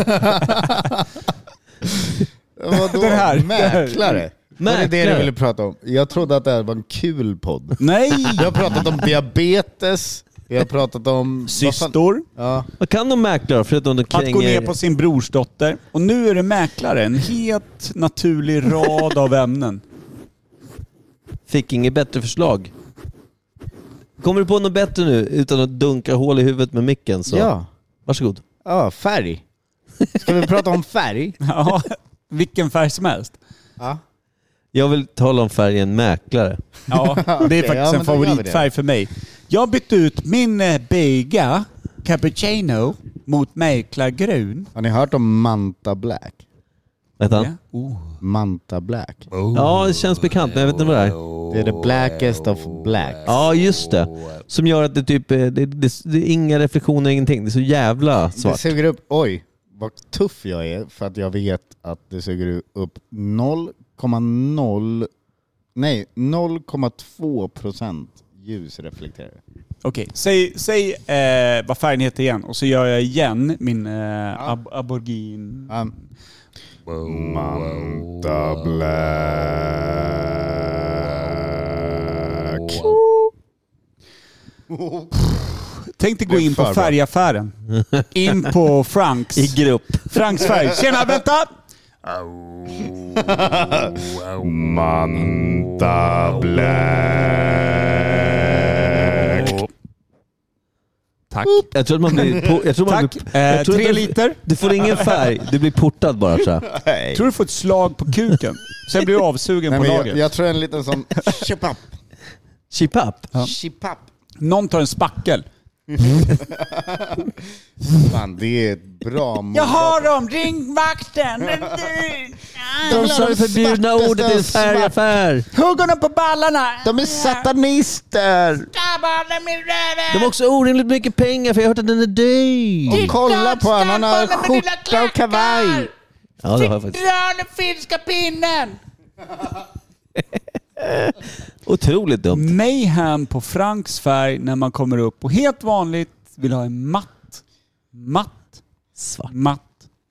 Vadå? Den här. Mäklare? Var det det Mäklare. du ville prata om? Jag trodde att det här var en kul podd. Nej! Vi har pratat om diabetes. Vi har pratat om... vad fan- Systor. Ja. Vad kan de mäklare förutom de Att gå kränger... ner på sin brorsdotter. Och nu är det mäklare. En helt naturlig rad av ämnen. Fick inget bättre förslag. Kommer du på något bättre nu utan att dunka hål i huvudet med micken? Så. Ja. Varsågod. Ja, färg. Ska vi prata om färg? Ja, vilken färg som helst. Ja. Jag vill tala om färgen mäklare. Ja, det är Okej, faktiskt ja, men en då gör vi favoritfärg det. för mig. Jag bytte ut min eh, Beiga Cappuccino mot mäklargrön. Har ni hört om Manta Black? Vet han? Ja. Oh. Manta Black. Ja, det känns bekant, men jag vet inte vad det är. Det är the blackest of black. Ja, just det. Som gör att det typ det, det, det, det är inga reflektioner, ingenting. Det är så jävla Det svart. suger upp... Oj, vad tuff jag är för att jag vet att det suger upp noll komma noll... Nej, noll komma två procent ljus reflekterar. Okej, säg, säg eh, vad färgen heter igen och så gör jag igen min eh, ab- aborigin. Um, Manta Black. Tänk dig gå in på För bra. färgaffären. In på Franks. I grupp. Franks färg. Tjena, vänta! Manta Black. Tack. Jag tror att man blir... Po- jag tror man Tack. blir jag Eh, tror tre att du- liter. Du får ingen färg. Du blir portad bara så här. Nej. Tror du får ett slag på kuken. Sen blir du avsugen Nej, på men jag, lagret. jag tror en liten sån... Chipap. Chip up. Chipap. Någon tar en spackel. Fan, det är ett bra mål. Jag har dem! Ring vakten! De sa det förbjudna ordet i en färgaffär. Hugg honom på ballarna! De är satanister! De har också orimligt mycket pengar för jag har hört att den är dyr. Och kolla på honom, han har skjorta och kavaj. Ja, det har jag faktiskt. Dra den finska pinnen! Otroligt dumt. Mayhem på Franks färg när man kommer upp och helt vanligt vill ha en matt, matt svart. Matt.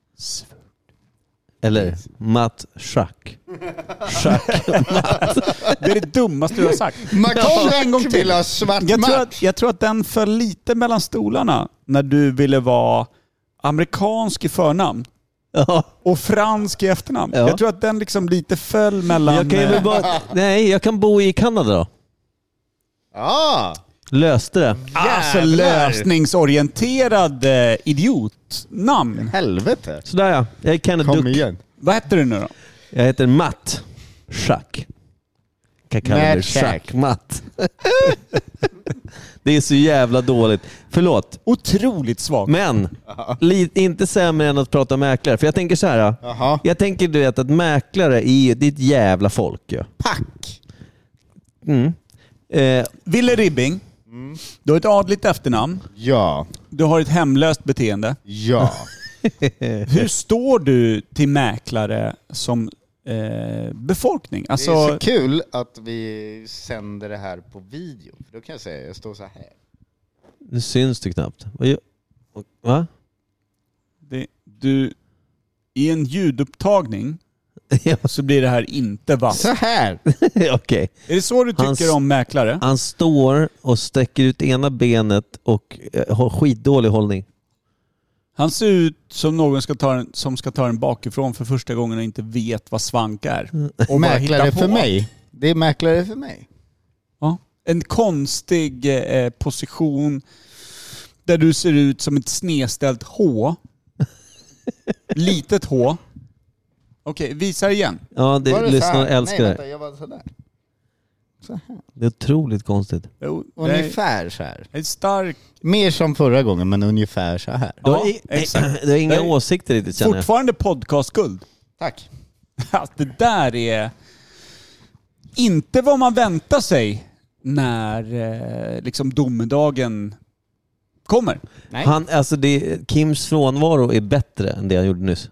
Eller matt schack. Schack matt. Det är det dummaste du har sagt. McCormack En gång till. vill ha svart Jag tror, matt. att, jag tror att den föll lite mellan stolarna när du ville vara amerikansk i förnamn Ja. och fransk i efternamn. Ja. Jag tror att den liksom lite föll mellan... Jag kan ju väl bara, nej, jag kan bo i Kanada då. Ja, Löste det. Alltså jävlar. lösningsorienterad eh, idiotnamn. helvete. Sådär ja, jag är Canada Kom Duck. igen. Vad heter du nu då? Jag heter Matt Schack. Kan kalla Matt mig Schack. Schack Matt. Det är så jävla dåligt. Förlåt. Otroligt svagt. Men li, inte sämre än att prata mäklare. För jag tänker så här. Jaha. Jag tänker du vet att mäklare är ju ditt jävla folk. Ja. Pack. Mm. Eh, Ville Ribbing. Du har ett adligt efternamn. Ja, Du har ett hemlöst beteende. ja. Hur står du till mäklare som eh, befolkning? Det Alltså, är så kul att vi sänder det här på video. För då kan jag säga, jag står så här. nu syns det knappt. Vad gör- Va? det, du, i en ljudupptagning Ja, så blir det här inte vass. Så här. okej. Är det så du tycker Hans- om mäklare? Han står och sträcker ut ena benet och eh, har skitdålig hållning. Han ser ut som någon ska ta en, som ska ta en bakifrån för första gången och inte vet vad svank är. Och bara Mäklare hittar för på. mig. Det är mäklare för mig. Ja. En konstig eh, position där du ser ut som ett snedställt H. Litet H. Okej, visa igen. Ja, det, Var det så lyssnarna här? älskar Nej, det. vänta, jag var sådär. Så här. Det är otroligt konstigt. Jo, det är Ungefär så här. ett starkt... Mer som förra gången, men ungefär så här. Du har, Ja, i- exakt. du har inga Det är åsikter riktigt känner jag. Fortfarande podcastguld. Tack. Att det där är inte vad man väntar sig när eh, liksom domedagen kommer. Nej. Han, alltså det, Kims frånvaro är bättre än det han gjorde nyss.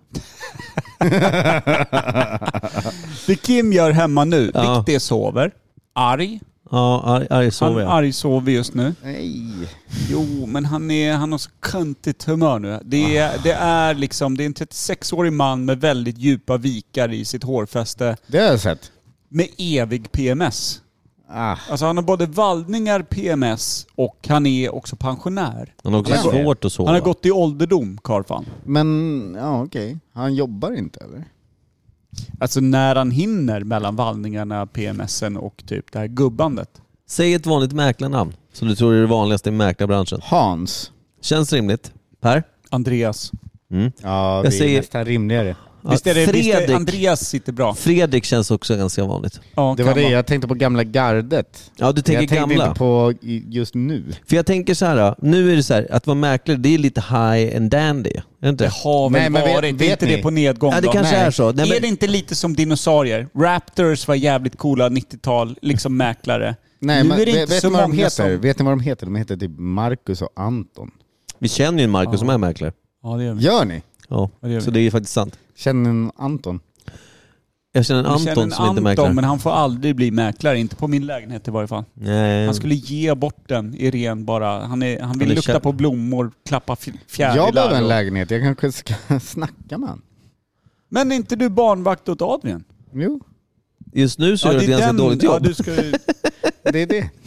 Det Kim gör hemma nu, Ja. vilket är sover. Arg. Ja, arg, arg Han sover jag. arg sover just nu. Nej. Jo, men han, är, han har så köntigt humör nu. Det är, det är liksom, det är en trettiosex-årig man med väldigt djupa vikar i sitt hårfäste. Det har jag sett. Med evig P M S. Ah. Alltså han har både vallningar, P M S och han är också pensionär. Han har också Ja. svårt att sova. Han har gått i ålderdom, karlfan. Men, ja okej. Han jobbar inte eller? Alltså när han hinner mellan vallningarna, P M S:en och typ det här gubbandet. Säg ett vanligt mäklarnamn som du tror är det vanligaste i mäklarbranschen. Hans. Känns rimligt. Per? Andreas. Mm. Ja, Jag det är säger- nästan rimligare. Ja, Visst är det, visst är Fredrik. Andreas sitter bra? Fredrik känns också ganska vanligt. Ja, Det kan var det, vara. jag tänkte på gamla gardet. Ja, du tänker jag tänkte gamla. inte på i- just nu. För jag tänker så här, nu är det så här, att vara mäklare, det är lite high and dandy. Är det inte? Det har väl Nej, men vet- varit, det är vet inte ni? det på nedgång Ja, det då? kanske Nej. är så. Nej, Är men, det inte lite som dinosaurier? Raptors var jävligt coola nittiotal, liksom mäklare. Nej, Nu men är det vet, inte vet så ni vad de många heter? som- Vet ni vad de heter? De heter typ Marcus och Anton. vi känner ju en Marcus Ja. som är mäklare. Ja, det gör vi. Gör ni? Ja, Ja, det gör så vi. det är faktiskt sant. Känner ni en Anton? Jag känner en Jag Anton känner en som inte är mäklare. Anton, men han får aldrig bli mäklare. Inte på min lägenhet i varje fall. Nej. Han skulle ge bort den i ren bara. Han, är, han vill Han är lukta kär- på blommor, klappa f- fjärilar. Jag behöver en och- lägenhet, jag kanske ska snacka med han. Men är inte du barnvakt åt Adrian? Jo, Just nu så gör du ett det är ganska den- dåligt Ja, jobb. du ska, det är det.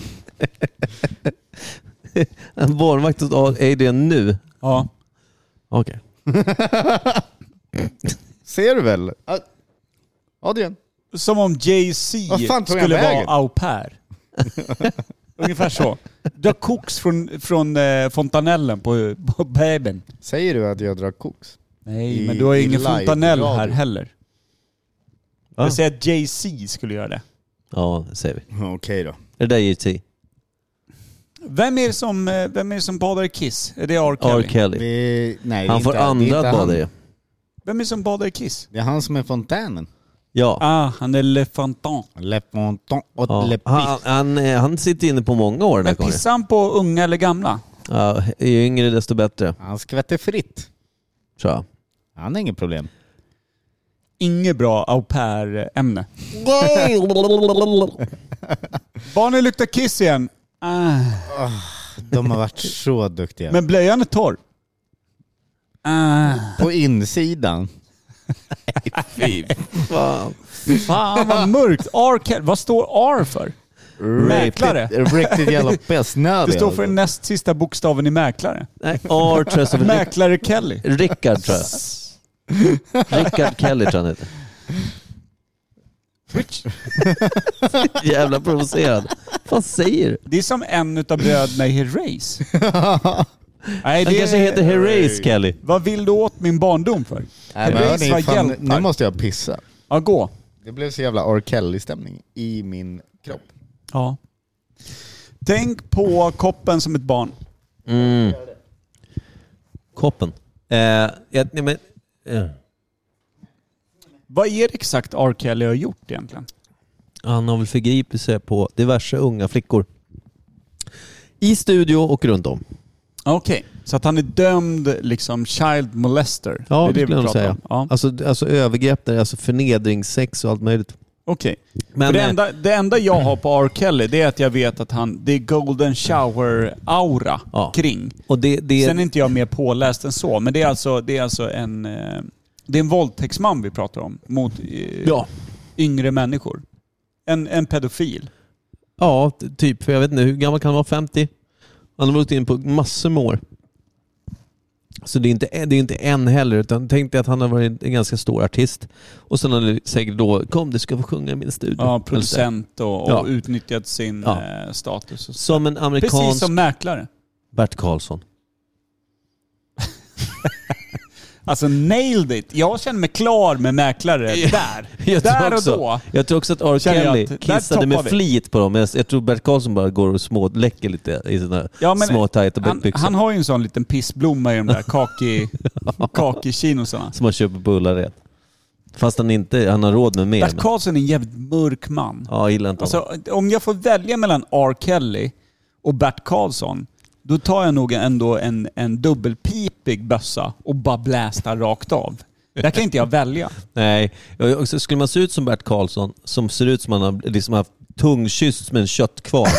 En barnvakt åt Adrian nu. ja. Okej. Ser du väl? Ah, Adrian. Som om Jay-Z Vad fan tog han skulle vägen? vara au pair. Ungefär så. Dra koks från, från eh, fontanellen på, på babyn. Säger du att jag drar koks? Nej, I- men du har ju i ingen live fontanell radio. här heller. Va? Jag säger att Jay-Z skulle göra det. Ja, det säger vi. Okej då. Är det där J T? Vem är det som, eh, vem är det som badar i Kiss? Är det R. Kelly? R. Kelly. Det, nej, Han det är får inte, det är andra inte att bada han. i. Vem är det som badar i Kiss? Det är han som är fontänen. Ja. Ah, han är Le Fantan. Le fontan och ja. le Han, han, eh, han sitter inne på många år den här Men gången. pissar han på unga eller gamla? Ja, ju yngre desto bättre, Han skvätter fritt. tror jag. Han har inget problem. Inget bra au pair-ämne. Barnen luktar kiss igen. Ah. De har varit så duktiga. Men blöjan är torr. Ah. På insidan. Fy fan. Fan vad mörkt. R. Kelly. Vad står R för? Mäklare. Riktigt jävla pessnödig. Det står för den näst sista bokstaven i mäklare. Nej, R tror jag. Mäklare Kelly. Rickard tror jag. Rickard Kelly tror han heter. Jävla provocerad. Vad säger du? Det är som en utav bröderna i Herreys. Nej, Han det kanske heter Herreys Kelly. Vad vill du åt min barndom för? Nej, men Herreys hörni, var fan, hjältar. nu måste jag pissa. Ja, gå. Det blev så jävla R. Kelly-stämning i min kropp. Ja. Tänk på koppen som ett barn. Mm. Koppen. Eh, jag, nej, men, eh. Vad är det exakt R. Kelly har gjort egentligen? Han har väl förgripit sig på diverse unga flickor. I studio och runt om. Okej, okay. Så att han är dömd liksom child molester. Ja, det är det det skulle vi jag pratar säga. om. Ja. Alltså, alltså övergrepp där, alltså förnedringssex och allt möjligt. Okej. Okay. Men det, enda, det enda jag har på R. Kelly, det är att jag vet att han, det är golden shower-aura ja. kring. Och det, det... Sen är inte jag mer påläst än så, men det är alltså, det är alltså en, det är en våldtäktsman vi pratar om mot eh, ja. yngre människor. En, en pedofil. Ja, typ. För jag vet inte, hur gammal kan han vara? femtio? Han har varit in på massor med år. Så det är inte, det är inte en heller, utan tänk dig att han har varit en ganska stor artist. Och sen har det säkert då, kom du ska få sjunga i min studio. Ja, producent och, och ja. utnyttjat sin ja. eh, status. Och så. Som en amerikansk... Precis som mäklare. Bert Karlsson. Alltså nailed it. Jag känner mig klar med mäklare där. Jag där också, och då. Jag tror också att R. Kelly att, kissade med flit på dem. Jag, jag tror Bert Karlsson bara går och små läcker lite i sina ja, små tajta han, byxor. Han har ju en sån liten pissblomma i de där kaki, kaki-kinosarna. Som man köper på Ullared. Fast han inte, han har råd med mer. Bert Karlsson är en jävligt mörk man. Ja, gillar inte alltså, om jag får välja mellan R. Kelly och Bert Karlsson, då tar jag nog ändå en, en dubbelpipig bössa och bara blästar rakt av. Där kan inte jag välja. Nej, och så skulle man se ut som Bert Karlsson, som ser ut som man har liksom haft tungkysst med en köttkvarn.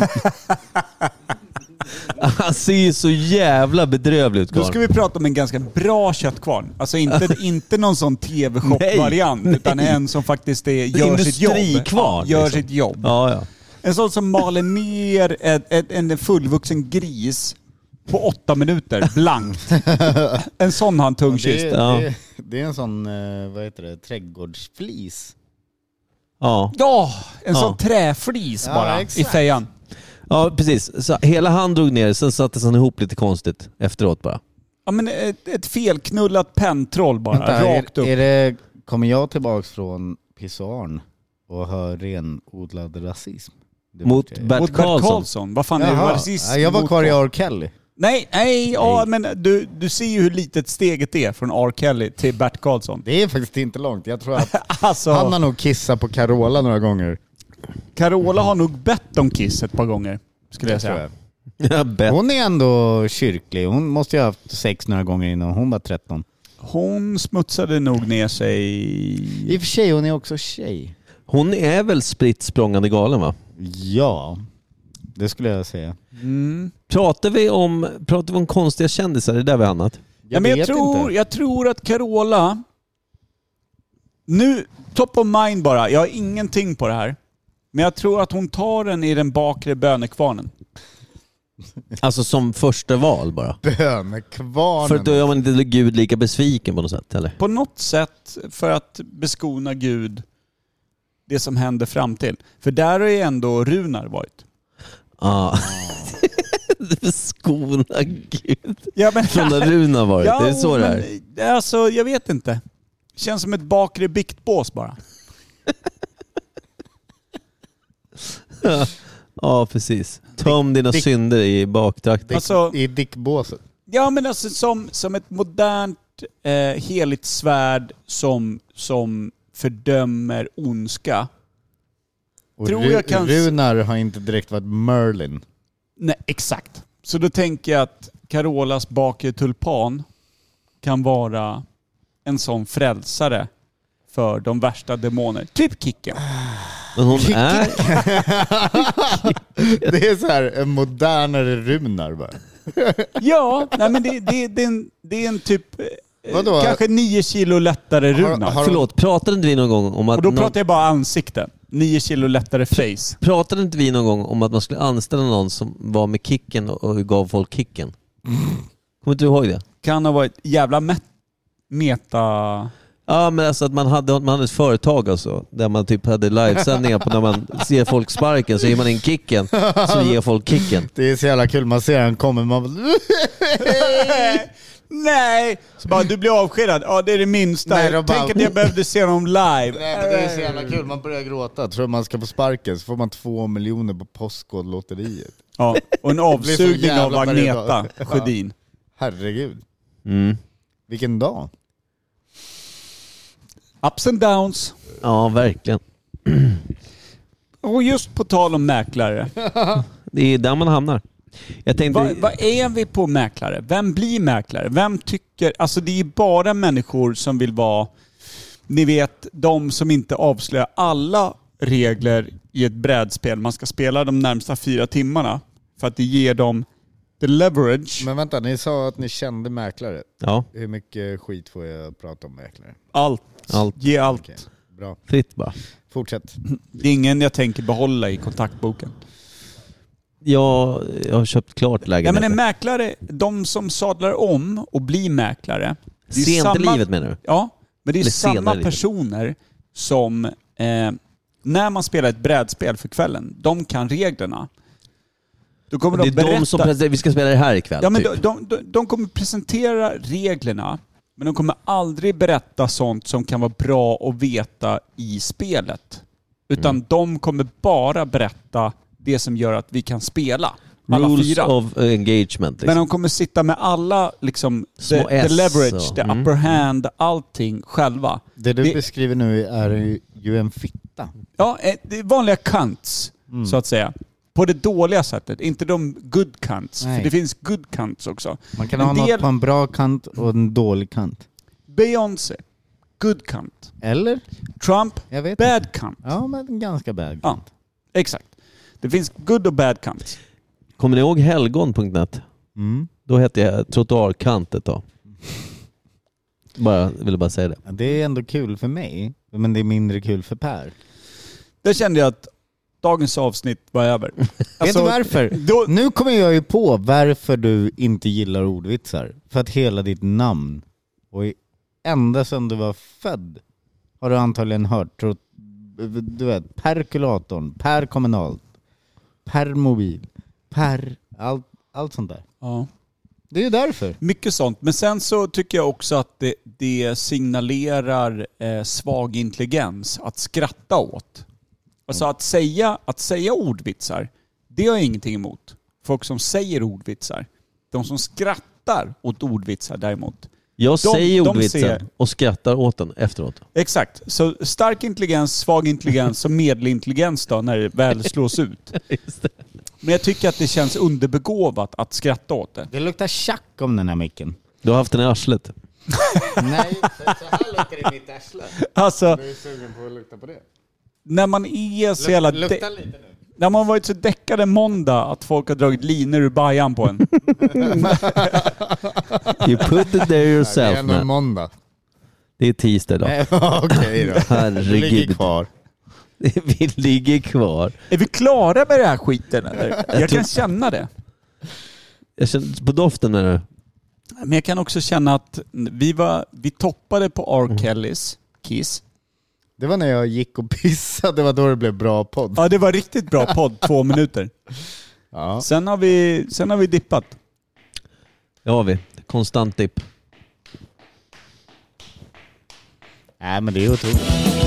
Han ser ju så jävla bedrövlig ut. Då ska vi prata om en ganska bra köttkvarn. Alltså inte, inte någon sån tv-shop-variant, utan en som faktiskt är, gör sitt jobb. Industrikvarn. Gör liksom. sitt jobb. Ja, ja. En sån som maler ner ett, ett, en fullvuxen gris på åtta minuter, blankt. En sån har han tungkist. Det, ja. det, det är en sån, vad heter det, trädgårdsflis. Ja, ja en ja. sån träflis ja, bara exakt. i fejan. Ja, precis. Så hela han drog ner, sen sattes han ihop lite konstigt efteråt bara. Ja, men ett, ett felknullat pentroll bara, Vänta, rakt är, upp. Är det, kommer jag tillbaks från pissoaren och hör renodlad rasism? Det Mot jag. Bert Mot Bert Karlsson. Karlsson. Vad fan är det? Jaha. Rasism Ja, jag var mot kvar i vad? R. Kelly. Nej, nej, ja, men du, du ser ju hur litet steget är från R. Kelly till Bert Karlsson. Det är faktiskt inte långt. Jag tror att Alltså, han har nog kissat på Carola några gånger. Carola har nog bett om kiss ett par gånger, skulle jag tror säga. jag. Ja, bet. Hon är ändå kyrklig. Hon måste ju ha haft sex några gånger innan hon var tretton. Hon smutsade nog ner sig... I och för sig, hon är också tjej. Hon är väl spritt språngande galen, va? Ja, det skulle jag säga. Mm. Pratar vi om, pratar vi om konstiga kändisar? Det är där vi har annat. Jag, Ja, men jag, vet tror, inte. jag tror att Carola... Nu, top of mind bara. Jag har ingenting på det här. Men jag tror att hon tar den i den bakre bönekvarnen. Alltså som första val bara. Bönekvarnen. För att då gör man inte Gud lika besviken på något sätt, eller? På något sätt för att beskona Gud det som händer fram till. För där har ju ändå Runar varit. Ja. Beskona Gud. Ja, men, Från där Runa varit. ja, det är så det är. Men, alltså, jag vet inte. Känns som ett bakre biktbås bara. Ja, precis. Töm dina Dick- synder i baktrakten. Alltså- I dickbåset. Ja, men alltså som, som ett modernt eh, heligt svärd som, som fördömer ondska. Och Tror Ru- jag kan- Runar har inte direkt varit Merlin. Nej, exakt. Så då tänker jag att Carolas bakre tulpan kan vara en sån frälsare för de värsta demoner. Typ Kicken. Men hon är... Det är så här en modernare Runar bara. Ja, nej men det, det, det, är, en, det är en typ... Vadå? Kanske nio kilo lättare runa. Har- har- Förlåt, pratade inte vi någon gång om att... Och då någon, pratar jag bara ansikte. Nio kilo lättare face. pratade inte vi någon gång om att man skulle anställa någon som var med kicken och, och gav folk kicken? Kommer inte du ihåg det? Kan ha varit jävla met- meta... Ja, men alltså att man hade, man hade ett företag alltså, där man typ hade livesändningar på när man ser folk sparken så ger man in kicken, så ger folk kicken. Det är så jävla kul, man ser han kommer, man bara... Nej! Så bara, du blir avskedad. Ja, det är det minsta. Nej, Tänk bara- att jag behövde se dem live. Nej, men det är så jävla kul, man börjar gråta. Tror man ska få sparken så får man två miljoner på Postkodlotteriet. Ja, och en blir så avsugning av jävla Agneta beredd. Sjödin. Herregud. Mm. Vilken dag. Ups and downs. Ja, verkligen. Och just på tal om mäklare. Det är där man hamnar. Jag tänkte... Vad vad är vi på mäklare? Vem blir mäklare? Vem tycker... Alltså det är bara människor som vill vara... Ni vet, de som inte avslöjar alla regler i ett brädspel. Man ska spela de närmsta fyra timmarna. För att det ger dem the leverage. Men vänta, ni sa att ni kände mäklare. Ja, Hur mycket skit får jag prata om mäklare? Allt. allt. Ge allt. Okej, bra. Fritt bara. Fortsätt. Det är ingen jag tänker behålla i kontaktboken. Jag, jag har köpt klart Ja, lägenheten. men en mäklare, de som sadlar om och blir mäklare. det är Sent samma- i livet menar du? Ja, men det är Eller samma senare i livet. personer som eh, när man spelar ett brädspel för kvällen, de kan reglerna. Då kommer Det de är berätta... de som presenterar, vi ska spela det här ikväll. Ja, men typ. de, de, de kommer presentera reglerna, men de kommer aldrig berätta sånt som kan vara bra att veta i spelet. Utan Mm. de kommer bara berätta det som gör att vi kan spela. Alla Rules fyra. of engagement. Liksom. Men de kommer sitta med alla, liksom, Små the, the S leverage, och- the mm. upper hand, allting själva. Det du Det- beskriver nu är ju en fitta. Ja, eh, det är vanliga cunts, Mm. så att säga. På det dåliga sättet, inte de good cunts. Nej. För det finns good cunts också. Man kan En ha del- något på en bra kant och en dålig kant. Beyoncé, good cunt. Eller? Trump, Jag vet bad inte. cunt. Ja, men ganska bad Ja, kant. exakt. Det finns good och bad cunts. Kommer ni ihåg helgon punkt net? Mm. Då hette jag trottoarkant ett tag. Bara, ville bara säga det. Ja, det är ändå kul för mig, men det är mindre kul för Per. Där kände jag att dagens avsnitt var över. Alltså, vet du varför? Då, Nu kommer jag ju på varför du inte gillar ordvitsar. För att hela ditt namn och i- ända sedan du var född har du antagligen hört trot- du vet, perkulatorn, per kommunalt, per mobil, per allt, allt sånt där. ja. Det är ju därför. Mycket sånt. Men sen så tycker jag också att det, det signalerar eh, svag intelligens att skratta åt. Alltså att säga, att säga ordvitsar, det har jag ingenting emot. Folk som säger ordvitsar. De som skrattar åt ordvitsar däremot. Jag säger de ordvitsen ser- och skrattar åt den efteråt. Exakt. Så stark intelligens, svag intelligens och medelintelligens då när det väl slås ut. Men jag tycker att det känns underbegåvat att skratta åt det. Det luktar tjack om den här micken. Du har haft den i arslet. Nej, så här luktar det i mitt arsle. Alltså, Jag är sugen på att lukta på det. när man är så jävla... Lukta de- lite nu. när man har varit så däckade måndag att folk har dragit linor ur bajan på en. You put it there Det är yourself ändå en man. måndag. Det är tisdag idag. Nej, Okej då. Herregud. Det ligger kvar. Vi ligger kvar. Är vi klara med den här skiten eller? Jag kan känna det. Jag känner på doften med det. Men jag kan också känna att vi, var, vi toppade på R. Kellys Kiss. Det var när jag gick och pissade, det var då det blev bra podd. Ja, det var riktigt bra podd, två minuter. Ja. Sen har vi, sen har vi dippat. Det har vi. Konstant dipp. Nej, men det är otroligt.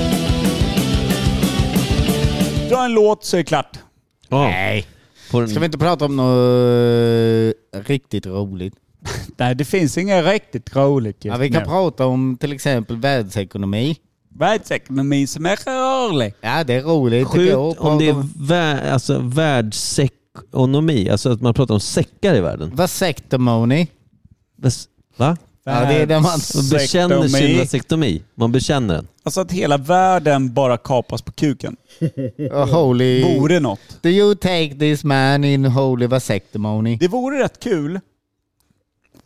Dra en låt så är det klart. Ja. Nej. På den... Ska vi inte prata om något riktigt roligt? Nej, det finns inget riktigt roligt just Ja, vi kan nu. prata om till exempel världsekonomi. Världsekonomi som är rolig. Ja, det är roligt. tycker Sjukt jag, att om det är prata vä- alltså, världsekonomi. Alltså att man pratar om säckar i världen. Vasectomony. Vas- Va? Ja, det är där man- Man bekänner sin Vasektomi. vasektomi. Man bekänner den. Alltså att hela världen bara kapas på kuken. Uh, holy... Vore något. Do you take this man in holy vasectomony? Det vore rätt kul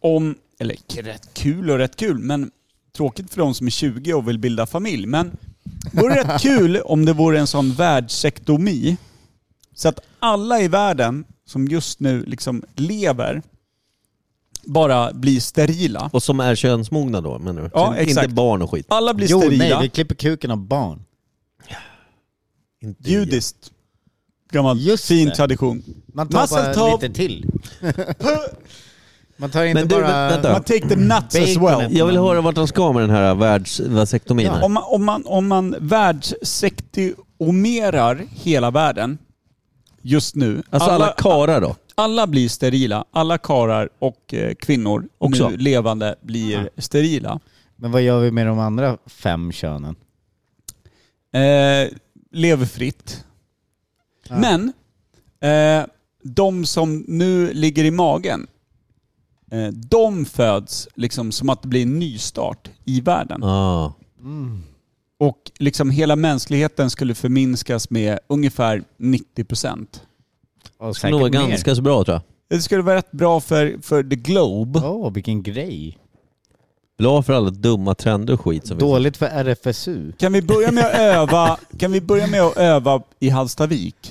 om, eller rätt kul och rätt kul, men tråkigt för de som är tjugo och vill bilda familj. Men det vore rätt kul om det vore en sån världsektomi så att alla i världen som just nu liksom lever bara blir sterila. Och som är könsmogna då, menar du? Ja, exakt. Inte barn och skit. Alla blir Jo, sterila. nej, vi klipper kuken av barn. Inte Judiskt. Gammal Just fin det. tradition. Man tar Mazel bara tov. lite till. Man tar inte Men du, bara... vänta. Man take the nuts as Bacon. well. Jag vill höra vart de ska med den här världsvasektomin. Om man, om man, om man världssektiomerar hela världen just nu. Alltså alla, alla karar då? Alla blir sterila. Alla karar och eh, kvinnor Också. nu levande blir Ja. sterila. Men vad gör vi med de andra fem könen? Eh, lever fritt. Ja. Men eh, de som nu ligger i magen, eh, de föds liksom som att det blir en nystart i världen. Ah. Och liksom hela mänskligheten skulle förminskas med ungefär nittio procent. Och Det skulle nog vara säkert mer. ganska så bra, tror jag. Det skulle vara rätt bra för, för the globe. Åh, vilken grej. Bra för alla dumma trender och skit som Dåligt för R F S U. Kan vi börja med att öva, kan vi börja med att öva i Hallstavik?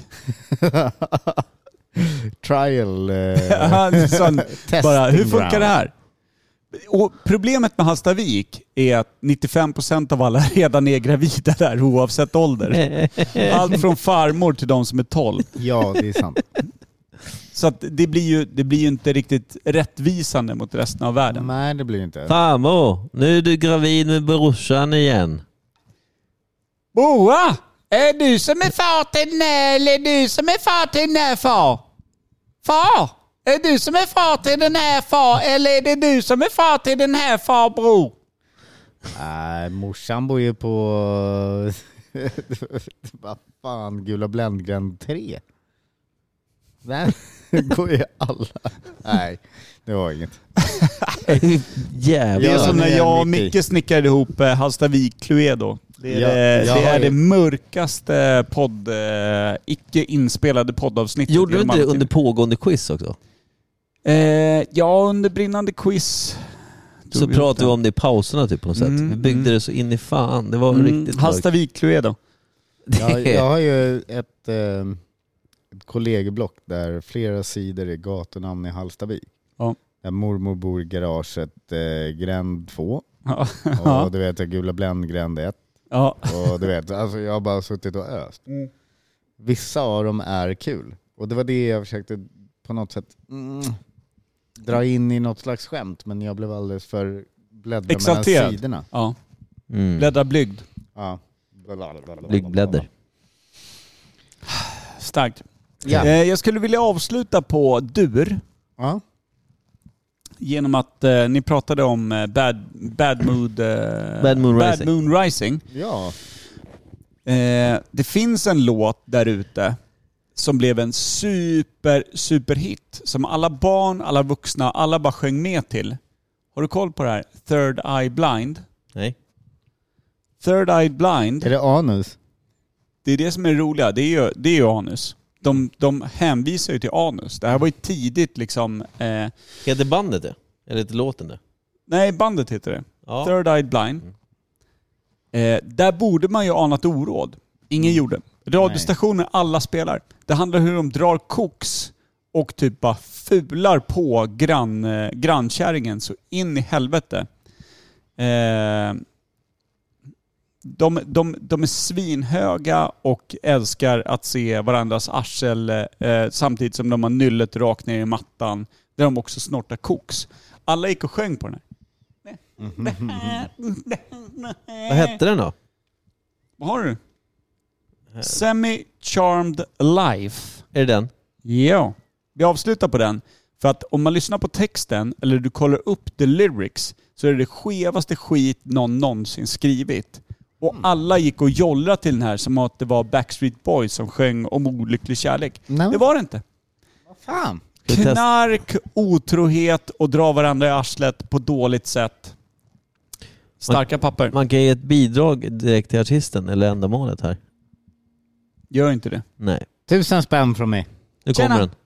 Trial eh, Sån, testing bara, hur funkar ground. det här? Och problemet med Hallstavik är att nittiofem procent av alla redan är gravida där oavsett ålder. Allt från farmor till de som är tolv. Ja, det är sant. Så att det blir ju, det blir ju inte riktigt rättvisande mot resten av världen. Nej, det blir inte. Farmor, nu är du gravid med brorsan igen. Boa! Är du som är far till den här, eller är du som är far till den här far? Far! Är du som är far till den här far, eller är det du som är far till den här far, bror? Nej, morsan bor ju på... Vad fan, Gula Bländgren tre. Nej, det går ju alla. Nej, det var inget. Jävlar. Det är Ja, som när det är jag och mycket. Micke snickrade ihop eh, Hallstavik Cluedo. Det är, Ja, det, jag det, har är ju- det mörkaste podd, eh, icke inspelade poddavsnittet. Gjorde du genom inte det alla under tider. pågående quiz också? Eh, ja, under brinnande quiz. Så Tog vi upp pratade vi den. om det i pauserna typ på något sätt. Mm, Vi byggde mm. det så in i fan. Det var Mm, riktigt mörkt. Hallstavik Cluedo. Jag, jag har ju ett, eh, ett kollegieblock där flera sidor är gatunamn i Hallstavik. Ja. Där mormor bor i garaget eh, gränd två. Ja. Och du vet, Gula Bländ gränd ett. Ja. Och du vet, alltså jag har bara suttit och öst. Mm. Vissa av dem är kul. Och det var det jag försökte på något sätt mm, dra in i något slags skämt. Men jag blev alldeles för bläddra mellan Exalterad. sidorna. Ja. Mm. Bläddra blygd. Ja. Blygdblädder. Starkt. Ja. Eh, jag skulle vilja avsluta på dur. Ja. Genom att eh, ni pratade om eh, Bad, bad, mood, eh, Bad Moon bad Rising. Moon Rising. Ja. Eh, det finns en låt där ute som blev en super, super hit. Som alla barn, alla vuxna, alla bara sjöng med till. Har du koll på det här? Third Eye Blind. Nej. Third Eye Blind, Är det anus? det är det som är det roliga. Det är ju, det är ju anus. De, de hänvisar ju till anus. Det här var ju tidigt liksom... Eh, Heter bandet det? Eller heter låten det? nej, bandet heter det. Ja. Third Eye Blind. Eh, där borde man ju anat oråd. Ingen gjorde. Radiostationer, alla spelar. Det handlar om hur de drar koks och typ bara fular på grann, eh, grannkärringen så in i helvete. Eh, de, de, de är svinhöga och älskar att se varandras arsel eh, samtidigt som de har nyllet rakt ner i mattan där de också snortar koks. Alla gick och sjöng på den här. Vad hette den då? Vad har du? Semi-Charmed Life. Är det den? Ja. Vi avslutar på den. För att om man lyssnar på texten eller du kollar upp the lyrics så är det det skevaste skit någon någonsin skrivit. Och alla gick och jollrade till den här som att det var Backstreet Boys som sjöng om olycklig kärlek. Nej. Det var det inte. Vad fan? Vi test- Knark, otrohet och dra varandra i arslet på dåligt sätt. Starka papper. Man kan ge ett bidrag direkt till artisten eller ändamålet här. Gör inte det. Nej. Tusen spänn från mig. Nu Tjena. kommer den.